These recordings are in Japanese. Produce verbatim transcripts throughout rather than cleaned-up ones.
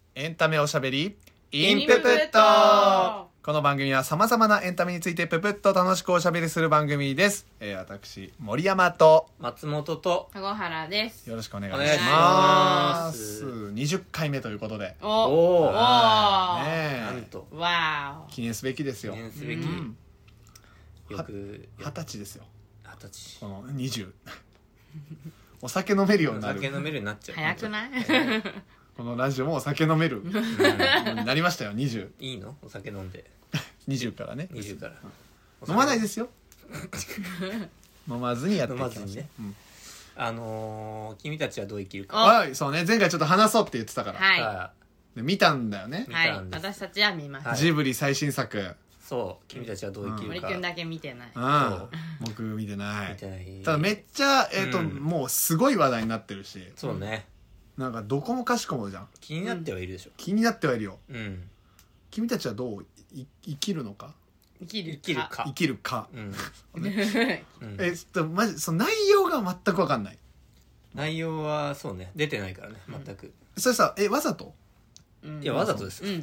エンタメおしゃべりインププット。 この番組は様々なエンタメについてププッと楽しくおしゃべりする番組です。えー、私森山と松本と籠原です。 よろしくお願いしお願いしま。 ますにじゅっかいめということで、 おおーおねーえなんとわ記念すべきですよ。 記念すべき、 うんよく二十歳ですよ。 二十歳このにじゅうお酒飲めるようおになる。 酒飲めるようになっちゃう。 早くないこのラジオもお酒飲めるうんなりましたよ。にじゅういいのお酒飲んでにじゅうからね。 にじゅうから飲まないですすよ飲まずにやっていきま飲まずにねうんあのー、君たちはどう生きるかはい、そうね、前回ちょっと話そうって言ってたから、 はいはで見たんだよね、 見はいたんです私たちは見ました、 はいジブリ最新作。 そう君たちはどう生き森るか、 くんだけ見てない。 うんそう僕見てない見てないただめっちゃ、えーとうんもうすごい話題になってるし、 そうねなんかどこもかしこもじゃん。 気になってはいるでしょ気になってはいるよ。 うん君たちはどうい生きるのか生きる生きるか生きるか、 うん、うんえちょっとマジその内容が全く分かんない。 内容はそうね出てないからね全く、 それさ、えわざとうんいやわざとですよ、 うん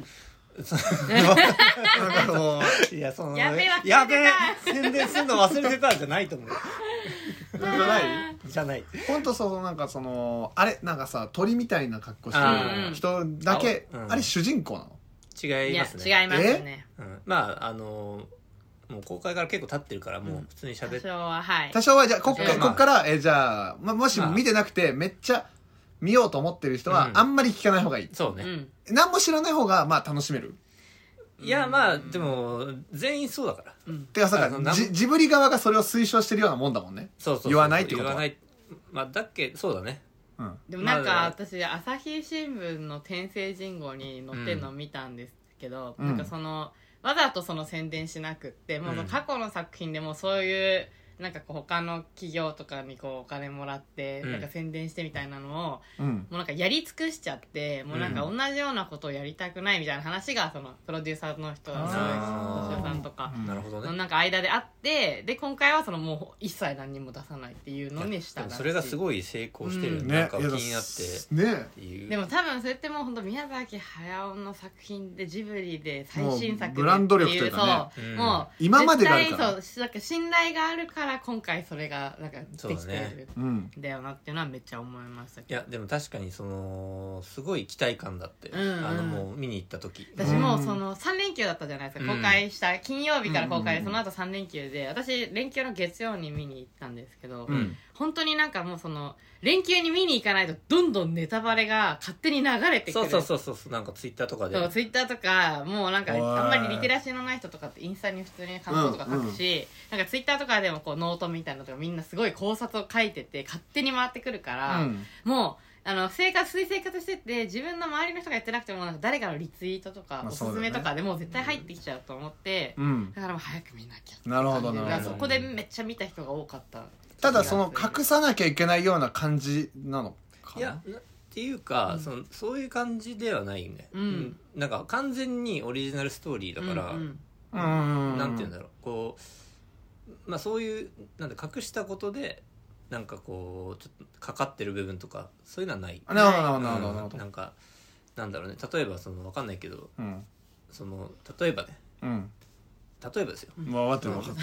なんかもういやそのやべえ忘れてたやべえ宣伝するの忘れてたんじゃないと思うじゃないじゃないほんとそうなんかそのあれなんかさ鳥みたいな格好してある人だけあうんあれ主人公なの？ 違いやいますね違いますね。 うん、まああのー、もう公開から結構経ってるからもう普通に喋って、 多少ははい多少はじゃあこっか多少はまあこっからえじゃあ、ま、もしまあ見てなくてめっちゃ見ようと思ってる人は、 うんあんまり聞かない方がいい。 そうね、 うん何も知らない方がまあ楽しめる。 いやまあでも全員そうだからうんてかさあのなんジジブリ側がそれを推奨してるようなもんだもんね。 そうそうそう言わないってことは言わないまあだっけそうだねうんでもなんかまあ私朝日新聞の天聖人号に載ってるのを見たんですけど、 うんなんかそのわざとその宣伝しなくってもうその過去の作品でもそういうなんかこう他の企業とかにこうお金もらってうんなんか宣伝してみたいなのをうんもうなんかやり尽くしちゃってもうなんか同じようなことをやりたくないみたいな話がそのプロデューサーの人あーそういう敏夫さんとかうんなるほどねのなんか間であってで今回はそのもう一切何にも出さないっていうのにしたらしい。 それがすごい成功してる、 うんなんか気いやになってねっていうでも多分それってもう本当宮崎駿の作品でジブリで最新作でもうブランド力というかねそう、 うんもう今までがあるから絶対そうなんか信頼があるから今回それがなんかできてるうんんだよなっていうのはめっちゃ思いましたけどいやでも確かにそのすごい期待感だって、 うんうんあのもう見に行った時私もうそのさん連休だったじゃないですか、 うん公開した金曜日から公開でうんその後さん連休で私連休の月曜に見に行ったんですけど、 うん本当になんかもうその連休に見に行かないとどんどんネタバレが勝手に流れてくるそうそうそうそうなんかツイッターとかでそうツイッターとかもうなんかおいあんまりリテラシーのない人とかってインスタに普通に感想とか書くし、なんかツイッターとかでもこうノートみたいなのとかみんなすごい考察を書いてて勝手に回ってくるから、 うんもうあの生活水生活してて自分の周りの人がやってなくてもなんか誰かのリツイートとか、 まあおすすめとかでもう絶対入ってきちゃうと思って、 うんだからもう早く見なきゃってなるほどなるほど感じでだからそこでめっちゃ見た人が多かったただその隠さなきゃいけないような感じなのかないやなっていうか、 うんそのそういう感じではないよね、 うんなんか完全にオリジナルストーリーだから、 うんうんうんなんて言うんだろうこうまあそういうなんだ隠したことでなんかこうちょっとかかってる部分とかそういうのはないなるほどなるほどなるほどうんなんかなんだろうね例えばその分かんないけどうんその例えばねうん例えばですよまあ分かってる分かって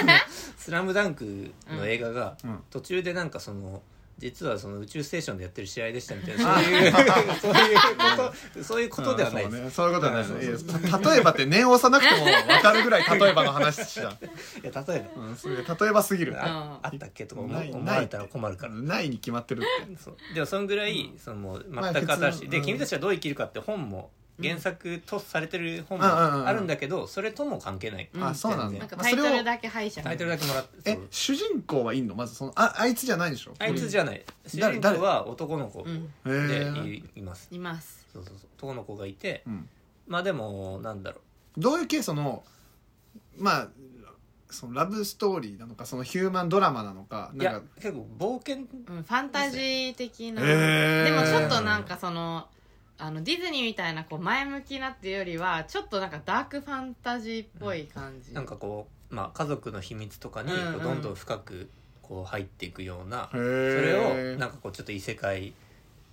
「スラムダンクの映画がるうん途中でなんかその実はその宇宙ステーションでやってる試合でしたみたいなそういうそういうことそういうことではないです、 うんそうねそういうことではないそうそうですいや例えばって念を押さなくても分かるぐらい例えばの話じゃんいや例えうんそれ例えばすぎるばああったっけとか思ない思われたら困るからないに決まってるってそうでもそのぐらい、そのもうまあ全く新しい、で普通うん君たちはどう生きるかって本も原作とされてる本もうんうんうんあるんだけどそれとも関係ない、 うんあそうなんだなんかまあそれをタイトルだけ敗者タイトルだけもらってえそう主人公はいんのまずそのああいつじゃないでしょあいつじゃない主誰人公は男の子うんでへえいいますいますそうそうそう男の子がいてうんまあでもなんだろどういう系そのまあそのラブストーリーなのかそのヒューマンドラマなのかういやなんか結構冒険うん、ファンタジー的な、 へーでもちょっとなんかそのあのディズニーみたいなこう前向きなっていうよりはちょっとなんかダークファンタジーっぽい感じ、 なんかこう、まあ、家族の秘密とかにこうんううんどんどん深くこう入っていくような、 そそれをなんかこうちょっと異世界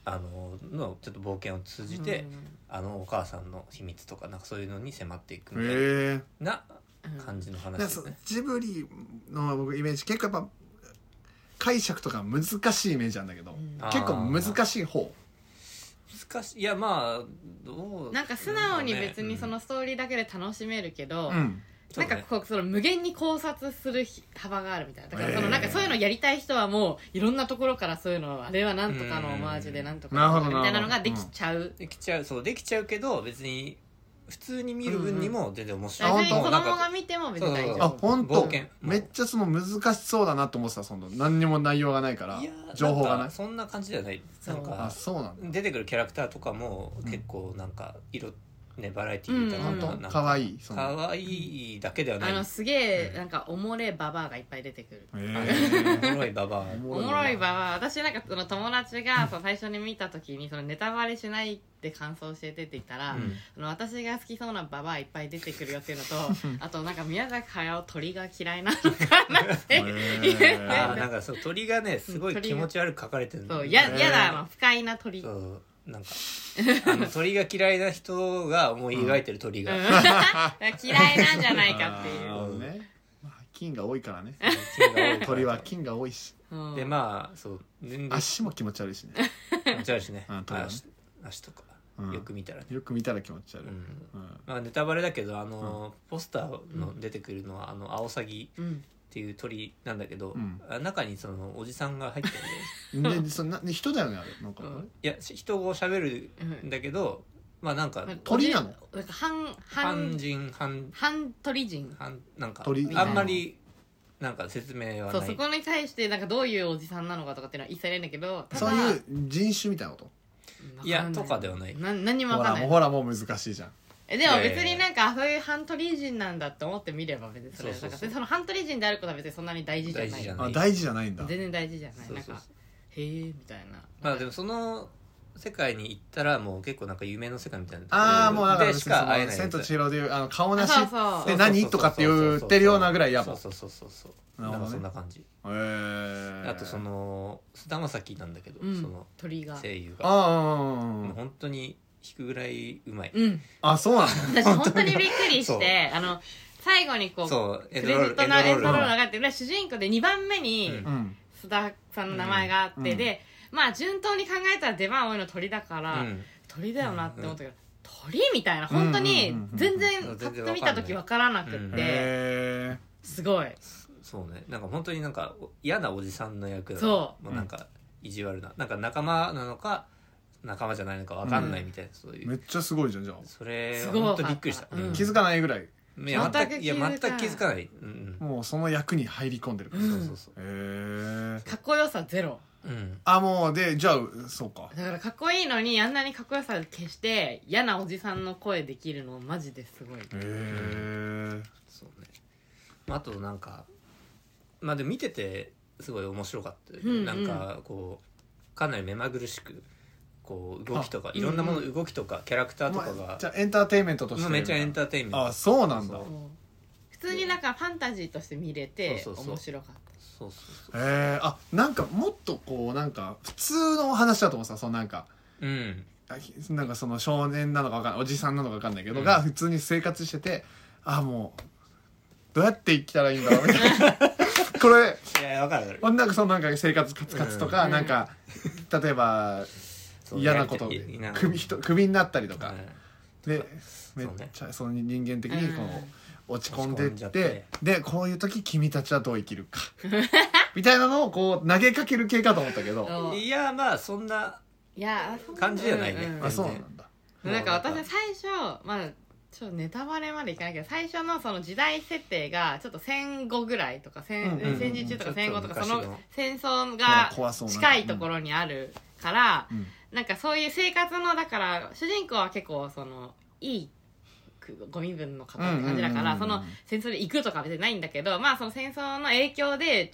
あののちょっと冒険を通じて、あのお母さんの秘密とかなんかそういうのに迫っていくみたいへえな感じの話ですね。 ジブリの僕イメージ結構やっぱ解釈とか難しいイメージなんだけど、 うん結構難しい方。 難しいいやまあどうなんか素直に別にそのストーリーだけで楽しめるけど、 うんなんかこうその無限に考察する幅があるみたいな。だからそのへーなんかそういうのやりたい人はもういろんなところからそういうのあれはなんとかのオマージュでなんとかなるほどみたいなのができちゃう。 できちゃうそうできちゃうけど別に普通に見る分にも全然面白い、 うんうん別に子あ本供が見ても別に大丈夫。 あ本当冒険めっちゃその難しそうだなと思ってた。その何にも内容がないからいや情報がないんかそんな感じじゃないなんそうあかそうなんだ出てくるキャラクターとかも結構なんか色ねバラエティー豊かうんうんなかわいいそのかわいいだけではないあのすげえなんかおもれババアがいっぱい出てくる。 へあーのおもろいババアおもろいババア、私なんかその友達がその最初に見た時にそのネタバレしないって感想を教えてって言ったら、 うんその私が好きそうなババアいっぱい出てくるよっていうのとあとなんか宮崎駿鳥が嫌いなのかなってへーあーなんかそう鳥がねすごい気持ち悪く描かれてるそうやややだな不快な鳥。 そうなんかあの鳥が嫌いな人が思い描いてる鳥が、 うん嫌いなんじゃないかっていうあーねまあ菌が多いからね毛が多い鳥は菌が多いしうんでまあそう全然足も気持ち悪いしね気持ち悪いしねうん鳥はね足足とかうんよく見たらね、 よく見たら気持ち悪い、 うんうんまあ、ネタバレだけどあの、ポスターの出てくるのはあのアオサギうんっていう鳥なんだけど、 うんあ中にそのおじさんが入ってるんででそんな人だよねあれなんか、 うんいや人語喋るんだけど、まあなんか鳥なのなんか半半半人半半鳥人。 半なんか鳥あんまりなんか説明はないそうそこに対してなんかどういうおじさんなのかとかっていうのは一切ないんだけど、ただそういう人種みたいなこといやとかではないな何にもほらもう分かんない。 ほらもう難しいじゃんえでも別になんかそういうハントリー人なんだって思ってみれば別にそれそうそうそうだからそのハントリー人であることは別にそんなに大事じゃない。 大事じゃないあ大事じゃないんだ全然大事じゃない。 そうそうそうなんかへえみたいな。 まあでもその世界に行ったらもう結構なんか夢の世界みたいなああもうだからでしか会えない千と千尋でいうあの顔なしあそうそうで何とかって言ってるようなぐらいやばそうそうそうそうなるほどねなんかそんな感じ、 へーあとその菅田将暉なんだけど、 うんその鳥が。 声優があもう本当に弾くぐらいうまい、 うん。 ああそうなの私本当にびっくりそうしてあの最後にこうそうエクレジンドロールットのエンドロールエンがあって主人公でにばんめにうんうん須田さんの名前があって、 うんでまあ順当に考えたら出番多いの鳥だから、 うん鳥だよなって思ったけど、鳥みたいな本当にうんうんうんうん全然そうパッ全然わかんないと見た時分からなくって、 うんへすごいそうねなんか本当になんか嫌なおじさんの役だそうもうなんか意地悪ななんか仲間なのか仲間じゃないのか分かんないみたいな、そういうえめっちゃすごいじゃんじゃあそれすごい本当びっくりした、 うん気づかないぐらいいや全くいや全く気づかない全く気づかない、うんもうその役に入り込んでるからうんそうそうそうへえかっこよさゼロうんあもうでじゃあそうかだからかっこいいのにあんなにかっこよさ消して嫌なおじさんの声できるのマジですごいへえそうねまああとなんかまあでも見ててすごい面白かった、 うんうんなんかこうかなり目まぐるしくこう動きとかあいろんなもの、 うんう動きとかキャラクターとかまあがじゃあエンターテインメントとしてめっちゃエンターテインメントあそうなんだそう普通になんかファンタジーとして見れてそうそうそう面白かったそうそうそうへえあなんかもっとこうなんか普通の話だと思ってたそのなんかうんあなんかその少年なのかわかんないおじさんなのかわかんないけど、 うんが普通に生活しててあもうどうやって生きたらいいんだろうみたいなこれいやいや分かる分かるなんかそのなんか生活カツカツとか、 うんなんか例えばそう嫌なことやりたいいなクビ人クビになったりとか、 うんでめっそうねちゃその人間的にこう、落ち込んでっ落ち込んじゃっててでこういう時君たちはどう生きるかみたいなのをこう投げかける系かと思ったけどそういやまあそんないやそんな感じじゃないねうんうんあそうなんだなんか私もうは最初まあちょっとネタバレまでいかないけど最初のその時代設定がちょっと戦後ぐらいとか戦,、 うんうんうん戦時中とか戦後とかそちょっと昔のの戦争まがあ怖そうな近いところにあるから、 うんなんかそういう生活のだから主人公は結構そのいいご身分の方って感じだから、 うんうんうんうんその戦争で行くとかは別にないんだけどまあその戦争の影響でちょっと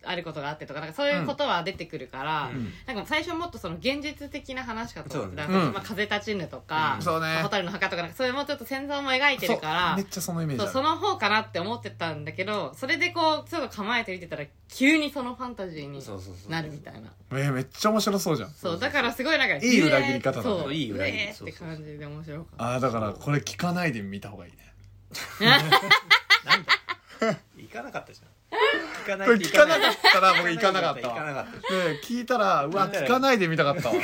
あることがあってとかなんかそういうことは出てくるから、 うんなんか最初もっとその現実的な話かと思ってた、 そうねまあ、風立ちぬとか、 うんそうねまあ蛍の墓とかなんかそういうもうちょっと戦争も描いてるからめっちゃそのイメージあるそうその方かなって思ってたんだけどそれでこうちょっと構えて見てたら急にそのファンタジーにそうそうそうなるみたいなえーめっちゃ面白そうじゃんそうだからすごいなんかいい裏切り方だねそういい裏切りうえーって感じで面白かったああだからこれ聞かないで見た方がいいねなんだ行かなかったじゃん行かなこれい聞かなかったら僕行かなかった行かわなかったでしょで聞いたらうわ聞かないで見たかったわ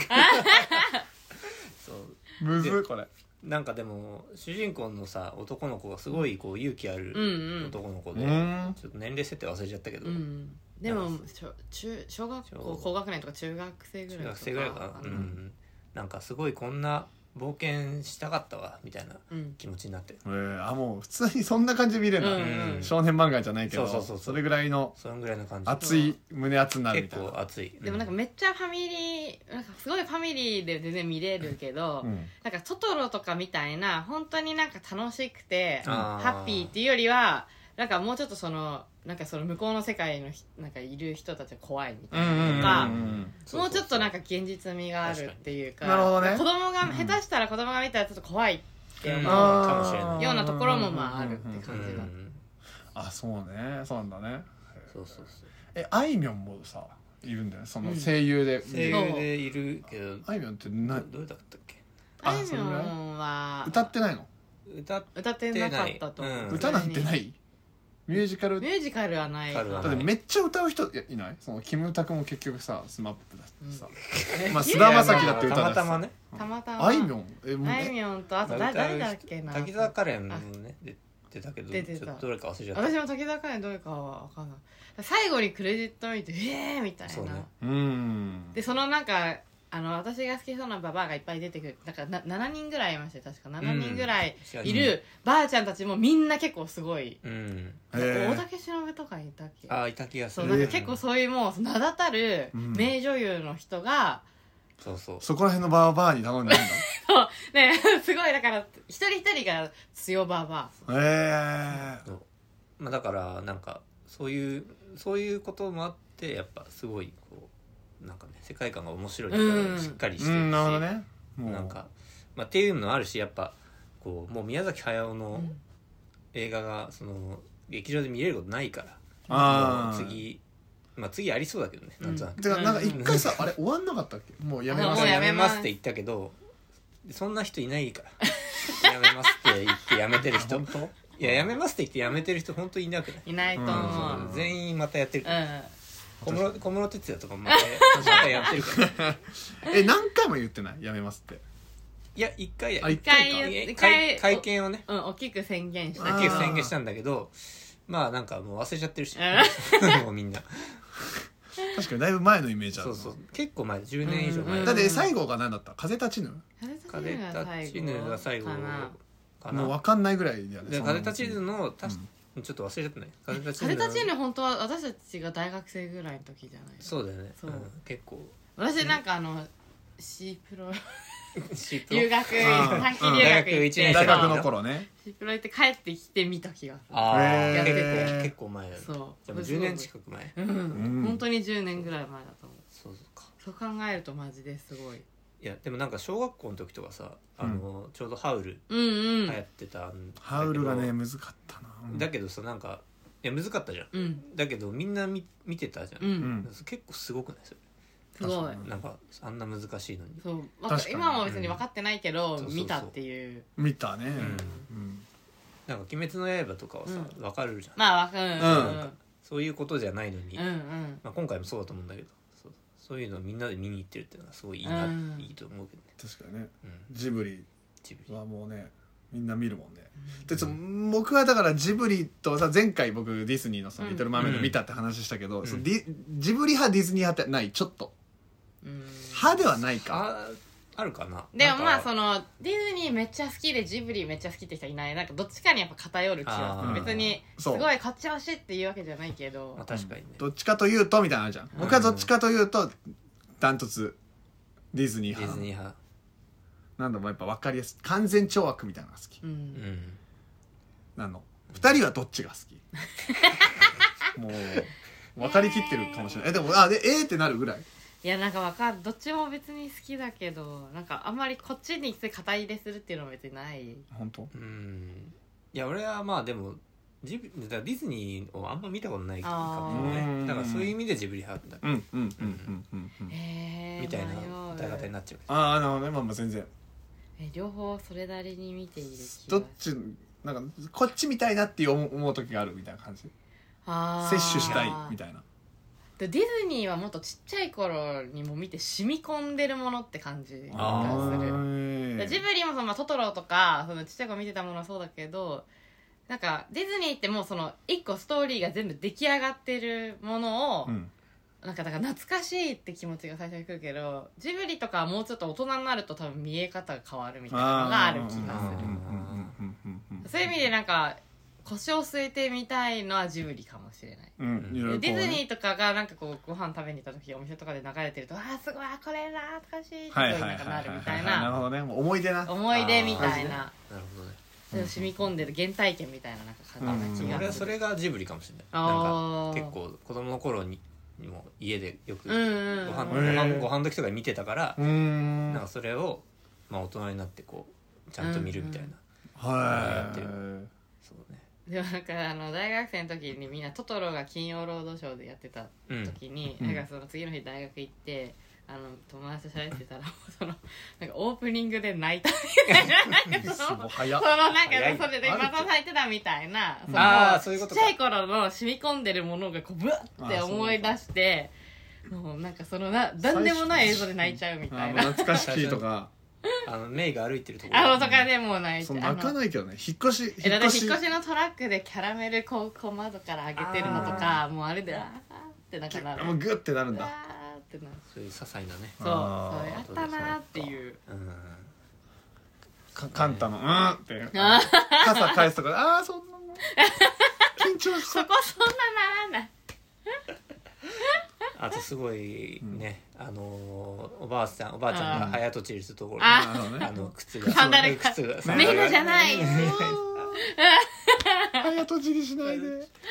そうむずいこれなんかでも主人公のさ男の子がすごいこう勇気あるうんうん男の子うで、 んちょっと年齢設定忘れちゃったけど、 うんでも小中小学校小高学年とか中学生ぐらいとか中学生ぐらいかな、うん、なんかすごいこんな冒険したかったわみたいなうん気持ちになって、 えーあもう普通にそんな感じで見れるんだ、 うんうん少年漫画じゃないけどそうそうそうそうそれぐらいのそのぐらいの感じ熱い胸熱になるみ結たいな構熱い、 でもなんかめっちゃファミリーなんかすごいファミリーで全然見れるけど、 うんなんかトトロとかみたいな本当になんか楽しくてあーハッピーっていうよりはなんかもうちょっとそのなんかその向こうの世界のひなんかいる人たちが怖いみたいなとか、もうちょっとなんか現実味があるっていうかなるほどね子供が、下手したら子供が見たらちょっと怖いって思う、 うんかもしれないようなところもまああるって感じだ、 うんあそうねそうなんだねそうそうそうえあいみょんもさいるんだよねそのうん声優で、 声優でいるけどあいみょんってなどうだったっけああいみょそれぐらいんは歌ってないの歌っ歌ってなかったと思う、 うん歌なんてないミュージカルミュージカルはないミュージカルはだってめっちゃ歌う人いやいないそのキムタクも結局さスマップだしさ、 うんまあ菅田将暉だって歌だしさたまたまねたまたまあいみょんえもうあいみょんとあと誰誰だっけな滝沢カレンもね出てたけど出てたちょっとどれか忘れちゃった私も時々ねどういうかは分かんない最後にクレジット見てえーみたいなそうねうーんでそのなんかあの私が好きそうなババアがいっぱい出てくるだからなななにんぐらいいましたよ確かななにんぐらいいるばあちゃんたちもみんな結構すごい、 うんへー大竹しのぶとかいたっけああいた気がすそうるなんか結構そういうもう名だたるうん名女優の人が、 そうそうそこら辺のバーバーに頼んでないんそうねすごいだから一人一人が強ババアだへえそうまあだからなんかそういうそういうこともあってやっぱすごいこうなんかね世界観が面白いとうんかしっかりしてるし、 うんなるほどねもうなんか、まあ、っていうのもあるしやっぱこうもう宮崎駿のうん映画がその劇場で見れることないからあーもう次まあ次ありそうだけどね、 うんなんとなくてかなんか一回さあれ終わんなかったっけもうやめますもうややめまめますすって言ったけどそんな人いないからやめますって言ってやめてる人本当いややめますって言ってやめてる人本当にいなくないいないと思う、 うん全員またやってるから、 うん小室小室哲哉とかもまたまたやってるからえ何回も言ってないやめますっていや一回やあ一一回回か言っ会会見をねうん、大きく宣言したあー大きく宣言したんだけどまあなんかもう忘れちゃってるしもうみんな確かにだいぶ前のイメージあるなそうそう結構前じゅうねん以上前うんだって最後が何だった風立ちぬ風立ちぬが最後かなかもうな分かんないぐらいだよねでそんな風立ちぬのたしちょっと忘れちゃったね風立ちぬの風立ちぬ本当は私たちが大学生ぐらいの時じゃないそうだよねそううん結構私なんかあの C プロシープロ留学あー短期留学行っ大学一て年生大学の頃ね C プロ行って帰ってきて見た気がすああへー結構結構前だねるそうじゃあもうじゅうねん近く前うん、 うん本当にじゅうねんぐらい前だと思うそうそうかそう考えるとマジですごいいやでもなんか小学校の時とかさあのちょうどハウルうんうん流行ってたんだけどハウルがね難かったなうんだけどさなんかいや難かったじゃんうんだけどみんな見見てたじゃん、 うん、 うん結構すごくないそれすごい確かなんかあんな難しいのにそうわ確かに今も別に分かってないけど、 うんそうそうそう見たっていう見たねんうんなんか「鬼滅の刃」とかはさ、 うわかるじゃん、 まあ分かるうんうんそういうことじゃないのに、 うんうんまあ、今回もそうだと思うんだけどそうそういうのをみんなで見に行ってるっていうのはすごいいいな、 うんいいと思うけどね、 確かにねうん、 ジブリジブリはもうねみんな見るもんねでちょ僕はだからジブリとさ前回僕ディズニーのその「リトル・マーメイド」見たって話したけど、 うんそのディジブリ派ディズニー派ってないちょっとうん派ではないかああるかなでもまあそののディズニーめっちゃ好きでジブリめっちゃ好きって人いないなんかどっちかにやっぱ偏る気がすあーる別にすそうごいこっち推しっていうわけじゃないけどまあ、確かにね、 どっちかというとみたいなのあるじゃん僕はどっちかというとダントツディズニーディズ派ニー派なんだろうやっぱ分かりやすい完全懲悪みたいなのが好きうんうんなのふたりはどっちが好きもう分かりきってるかもしれない。えでもあでえーってなるぐらい。 いやなんかわかる、どっちも別に好きだけどなんかあんまりこっちに肩入れするっていうのは別にない。 本当？ うんいや俺はまあでもジブだからディズニーをあんま見たことないかもあーね。だからそういう意味でジブリ派だ、 うんうんうんうんうんうん。 へーみたいな迷う歌い方になっちゃう。 ああなるほどね。まあまあ全然。 え両方それなりに見ている気が。 どっちなんかこっちみたいなって思う思う時があるみたいな感じ。 あー摂取したいみたいな。 でディズニーはもっとちっちゃい頃にも見て染み込んでるものって感じがあする。 ーでジブリもその、まあ、トトロとかそのちっちゃい頃見てたものはそうだけどなんかディズニーってもうその一個ストーリーが全部出来上がってるものを、 うんなんかだから懐かしいって気持ちが最初に来るけどジブリとかはもうちょっと大人になると多分見え方が変わるみたいなのがある気がする。 うんうんうんうんうんそういう意味でなんか腰を据えてみたいのはジブリかもしれない。 うんいろいろこうねでディズニーとかがなんかこうご飯食べに行った時お店とかで流れてるとあーすごいあこれ懐かしいってすごはいいはいはいはいなんかなるみたいなるなほどねもう思い出な思い出みたいななるほどね。 それを染み込んでる原体験みたいななんか感じな気がする。 俺はそれがジブリかもしれない。 あーなんか結構子供の頃ににも家でよくごうんうんうん飯ごへー飯ご飯時とか見てたからうーんなんかそれをまあ大人になってこうちゃんと見るみたいな。 はいそうね。 でもなんかあの大学生の時にみんなトトロが金曜ロードショーでやってた時に、 うんなんかその次の日大学行ってあの友達と喋ってたらそのなんかオープニングで泣いたみたいななんかそのもう早っそのなんか早いそれであるまた咲いてたみたいなそのあーそういうことかちっちゃい頃の染み込んでるものがこうブッって思い出してもうなんかそのな何でもない映像で泣いちゃうみたいあな懐かしきとかあのメイが歩いてるところあのとかでもう泣いてそう泣かないけどね引っ越しえだって引っ越し引っ越しのトラックでキャラメルこうこう窓から上げてるのとかもうあれであーってなんかなるもうグッてなるんだあーってなるそういう些細なね。 そうあーそうやったなーっていううんかカンタの「うん」ってあ傘返すとかああそんなの緊張しそたこそんなならないあとすごいね、あのーおばあさんおばあちゃんが早とちりするところあなるほどねあの靴がサンダルが靴がねメイナじゃない早とちりしないで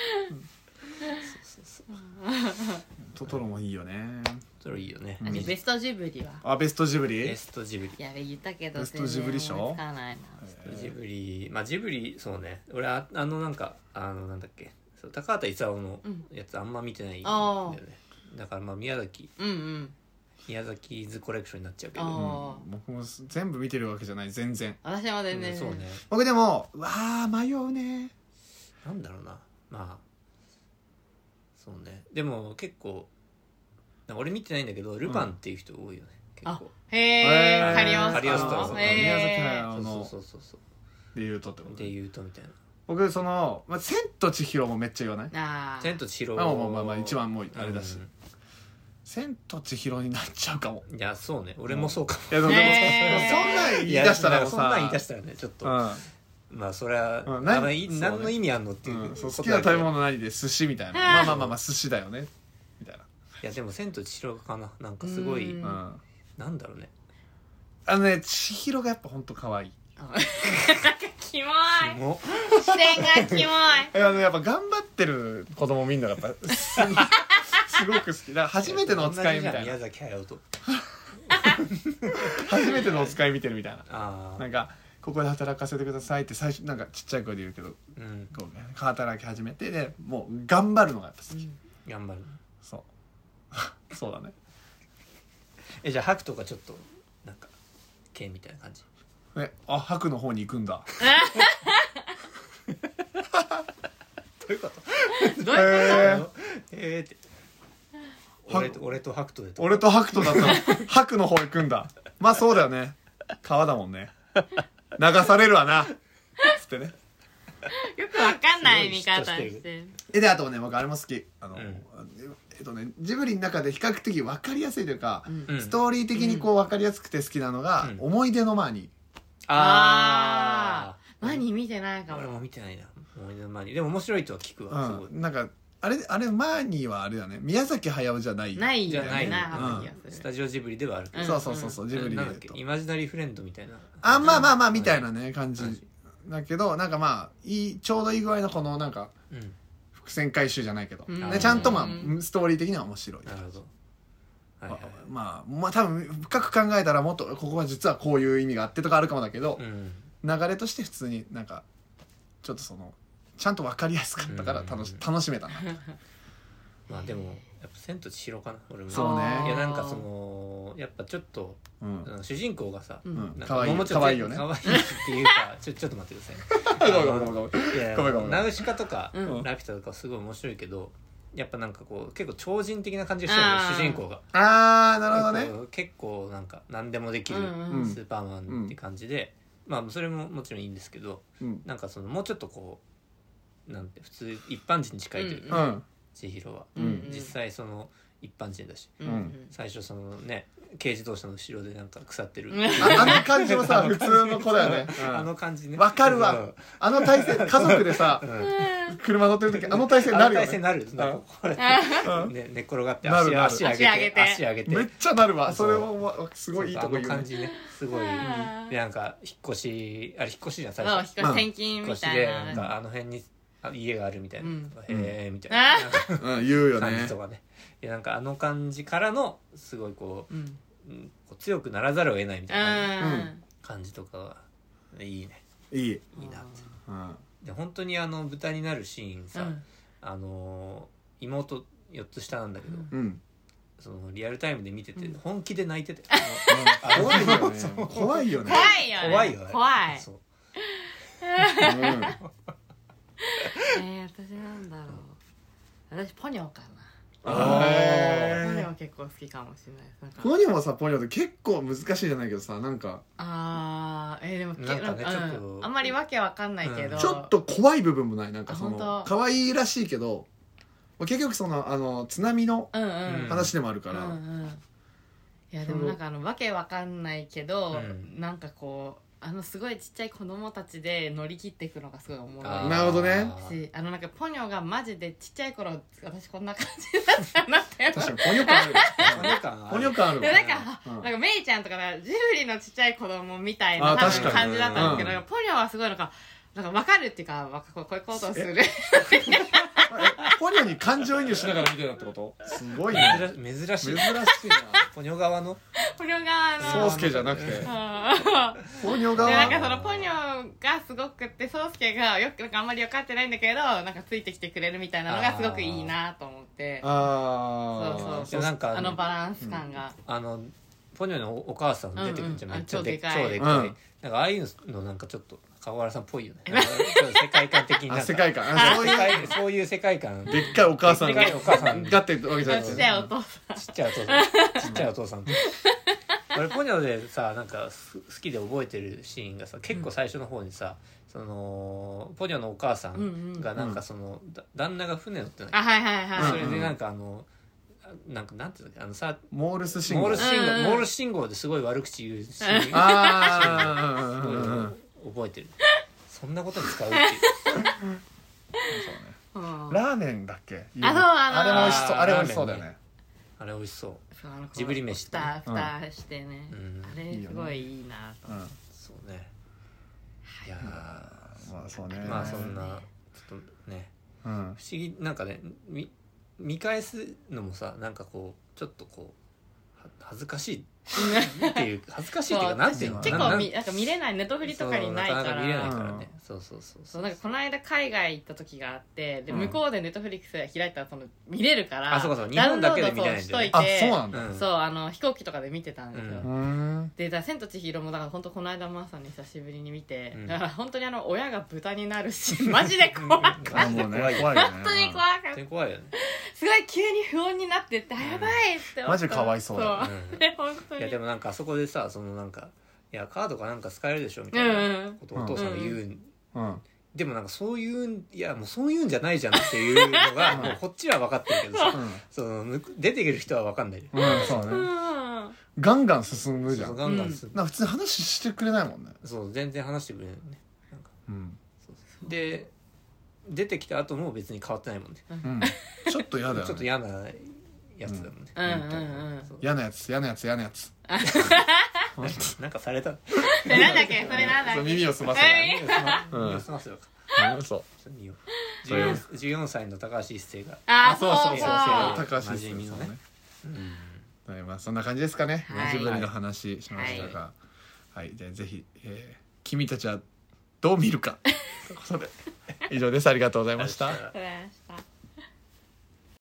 トトロもいいよねそれいいよね。 あでベストジブリはあベストジブリベストジブリ。 やべ言ったけどベストジブリ賞全然思いつかないなジブリまあジブリそうね。俺ああのなんかあのなんだっけそう高畑勲のやつあんま見てないんだよね。だからまあ宮崎うんうん宮崎ズコレクションになっちゃうけあど。 ー僕も全部見てるわけじゃない全然私も全然そうね。 僕でもわあ迷うねなんだろうなまあそうね。でも結構なんか俺見てないんだけどルパンっていう人多いよね。結あ構。 へへーえカリオスカリオストロト宮崎へ駿そうのそうそうそうで言うとってことで言うとみたいな。 僕その「まあ、千と千尋」もめっちゃ言わないあー千と千尋あまあまあまあまあ一番もうあれだしうん 「千と千尋」になっちゃうかもいやそうね俺もそうかも。 いやでもでもへーそんなん言い出したらもうそんなんさ言い出したらねちょっと、 うんまあそれは、 うんあ何そうねのい何の意味あんのっていう、 うん、そうこと好きな食べだけど物何で寿司みたいなまあまあまあまあ寿司だよねみたいいやでも千と千尋かななんかすごいうんな、うん、 なんだろうねあのね千尋がやっぱほんと可愛いなんかキモいも視点がキモいあのやっぱ頑張ってる子供見んのがやっぱすすごく好きだから初めてのお使いみたいな宮崎駿と初めてのお使い見てるみたいなああなんかここで働かせてくださいって最初なんかちっちゃい声で言うけどうんこう、ね、働き始めてでもう頑張るのがやっぱ好き、 頑張るそうそうだねえじゃあ白とかちょっとなんか系みたいな感じえあ白の方に行くんだどういうことどういうこえー、 えーって俺と俺と白とでと俺と白とだったら白の方行くんだまあそうだよね川だもんね流されるわなつってねとよくわかんない見方すごい嫉妬してしてるえであとね僕あれも好きあの、 うんえっとねジブリの中で比較的分かりやすいというか、 うんストーリー的にこう分かりやすくて好きなのが、 うん思い出の前にああー何見てないか俺もも見てないな思い出の前にでも面白いとは聞くわすごい、 うん、なんかあれあれマーニーはあれだね宮崎駿じゃないないよじゃないなうんはず気がするスタジオジブリではあるけど、 うんそうそうそうそうジブリでなんだっ言うとけイマジナリーフレンドみたいなあまあまあまあみたいななね感じ感じだけどなんかまあいいちょうどいい具合のこのなんかうん伏伏線回収じゃないけど、 うんでちゃんとまあストーリー的には面白い。 なるほど。はいはい。 まあまあ多分深く考えたらもっとここは実はこういう意味があってとかあるかもだけど、 うん、 流れとして普通になんかちょっとそのちゃんと分かりやすかったから楽し,、楽しめたな。 まあでもやっぱ千と千尋かな俺も。 そうね。 いやなんかそのやっぱちょっと、うん、主人公がさ、 うん、かわいいかわいいよね。 かわいいっていうかちょちょっと待ってください。ごめんごめんごめん。いやごめんごめん。ナウシカとか、うん、ラピュタとかすごい面白いけど。やっぱなんかこう結構超人的な感じがしてるね主人公が。 ああなるほどね。 結構なんか何でもできるスーパーマンって感じで、うん、まあそれももちろんいいんですけど、うん、なんかそのもうちょっとこうなんて普通一般人に近いというか、うん、千尋は、うん、実際その一般人だし、うん、最初そのね軽自動車の後ろでなんか腐ってるあ, あの感じもさ普通の子だよね、 うん、あの感じねわかるわ、うん、あの体勢家族でさ、うん、車乗ってる時あの体勢になるよね。あの体勢になるなんかこれ、うん、ね、寝っ転がって足足上げて足上げてめっちゃなるわ。それもすごいいいとこ言うね。 あの感じねすごいでなんか引っ越しあれ引っ越しじゃん最初引っ越し転勤みたいな、 なんかあの辺に家があるみたいな、うん、へえみたいな、うん、言うよね感じとかね。いやなんかあの感じからのすごいこう、うん、こう強くならざるを得ないみたいな感じとかはいいね。 いいいいなって。で本当にあの豚になるシーンさ、うん、あの妹よっつ下なんだけど、うん、そのリアルタイムで見てて本気で泣いてて、 うん、怖いよね怖いよね怖いよね怖いよね怖い。 そう、 うん、えー、私なんだろう。私ポニョかな。あーポニョは結構好きかもしれない。なんかポニョはさポニョって結構難しいじゃないけどさなんかあーえー、でもなんかね、 うん、 ちょっとあんまりわけわかんないけど、うん、 ちょっと怖い部分もないなんかその可愛いらしいけど結局そのあの津波の話でもあるから、うんうん、 いやでもなんかあのわけわかんないけど、うん、なんかこうあのすごいちっちゃい子供たちで乗り切っていくのがすごいおもろい。 なるほどね。 あのなんかポニョがマジでちっちゃい頃私こんな感じだったなって確かにポニョ感あるポニョ感ポニョ感あるなんか、うん、なんかメイちゃんとかジブリのちっちゃい子供みたいな多分感じだったんですけど、うん、ポニョはすごいなんかなんか分かるっていうかこういうことをするポニョに感情移入しながら見てたってこと？すごいね。 珍しい珍しいなポニョ側のポニョ側のソウスケじゃなくてポニョ側なんかそのポニョがすごくってソウスケがよくなんかあんまり分かってないんだけどなんかついてきてくれるみたいなのがすごくいいなと思って。 ああそうそうそうなんかあのバランス感が、 うん、あのポニョのお母さん出てくるじゃん、うんうん、めっちゃで超でかい、うん、なんかああいうのなんかちょっと川原さんっぽいよね。世界観的になんか世界観そういうそういう世界観。 でっかいお母さんがでっかいお母さんがってわけじゃない。 ちっちゃいお父さん。 ちっちゃいお父さん。ちっちゃいお父さん。俺ポニョでさなんか好きで覚えてるシーンがさ結構最初の方にさ、うん、そのポニョのお母さんがなんかその、うん、旦那が船乗ってない。 あはいはいはい。 それでなんかあの。なんかなんていうのあのさモールス信号モールス信号、うん、モールス信号ですごい悪口言うシーンああ覚えてる。そんなことに使うっていうそうね、うん、ラーメンだっけあそうああれも美味しそうあれ美味しそうだよね。 あれ美味しそうジブリ飯ってねふたふたしてね、うん、あれすごいいいなと、うん、 そうねいやまあそうねまあそんなちょっとね、うん、不思議なんかねみ見返すのもさなんかこうちょっとこう恥ずかしいっていう恥ずかしいっていうかなんていうの結構みなんか見れないネットフリとかにないからなかなか見れないからね、うん、そうそうそうそうなんかこの間海外行った時があってで向こうでネットフリックス開いたらその見れるから、 あそうかそう日本だけで見れないんだよね。 あそうなんだ、 うん、そうあの飛行機とかで見てたんですよ、うん、でだ千と千尋もだから本当この間まさに久しぶりに見て、うん、だから本当にあの親が豚になるしマジで怖かったもう、ね、怖いよね本当に怖かった怖いよねすごい急に不穏になってってやばいって思った、 マジかわいそうだ、 うん、で本当にいやでもなんかあそこでさそのなんかいやカードかなんか使えるでしょみたいなことをお父さんが言う、うんうん、でもなんかそういうんいやもうそういうんじゃないじゃんっていうのがもうこっちは分かってるけどさ、うん、その出てくる人は分かんない、 うん、そうね、うん、ガンガン進むじゃん。 そうそうガンガン進む、 なんか普通に話してくれないもんね。 そう全然話してくれないよねなんか、うん、そうそうで出てきた後も別に変わってないもんね、 うん、ちょっと嫌だよねちょっと嫌なやつだもんね、 うんうんうんうん、 嫌なやつ嫌なやつ嫌なやつなんかされたなんだっけそれなんだっけ耳をすませば耳をすませばか、うん、 そうそう見ようじゅうよん, じゅうよんさいの高橋一生があそうそうそう高橋一生のね、うん、まあそんな感じですかね、はい、ジブリの話しましたが、はいはい、じゃあぜひ、えー、君たちはどう見るかということで以上です。ありがとうございました。 ありがとうございました。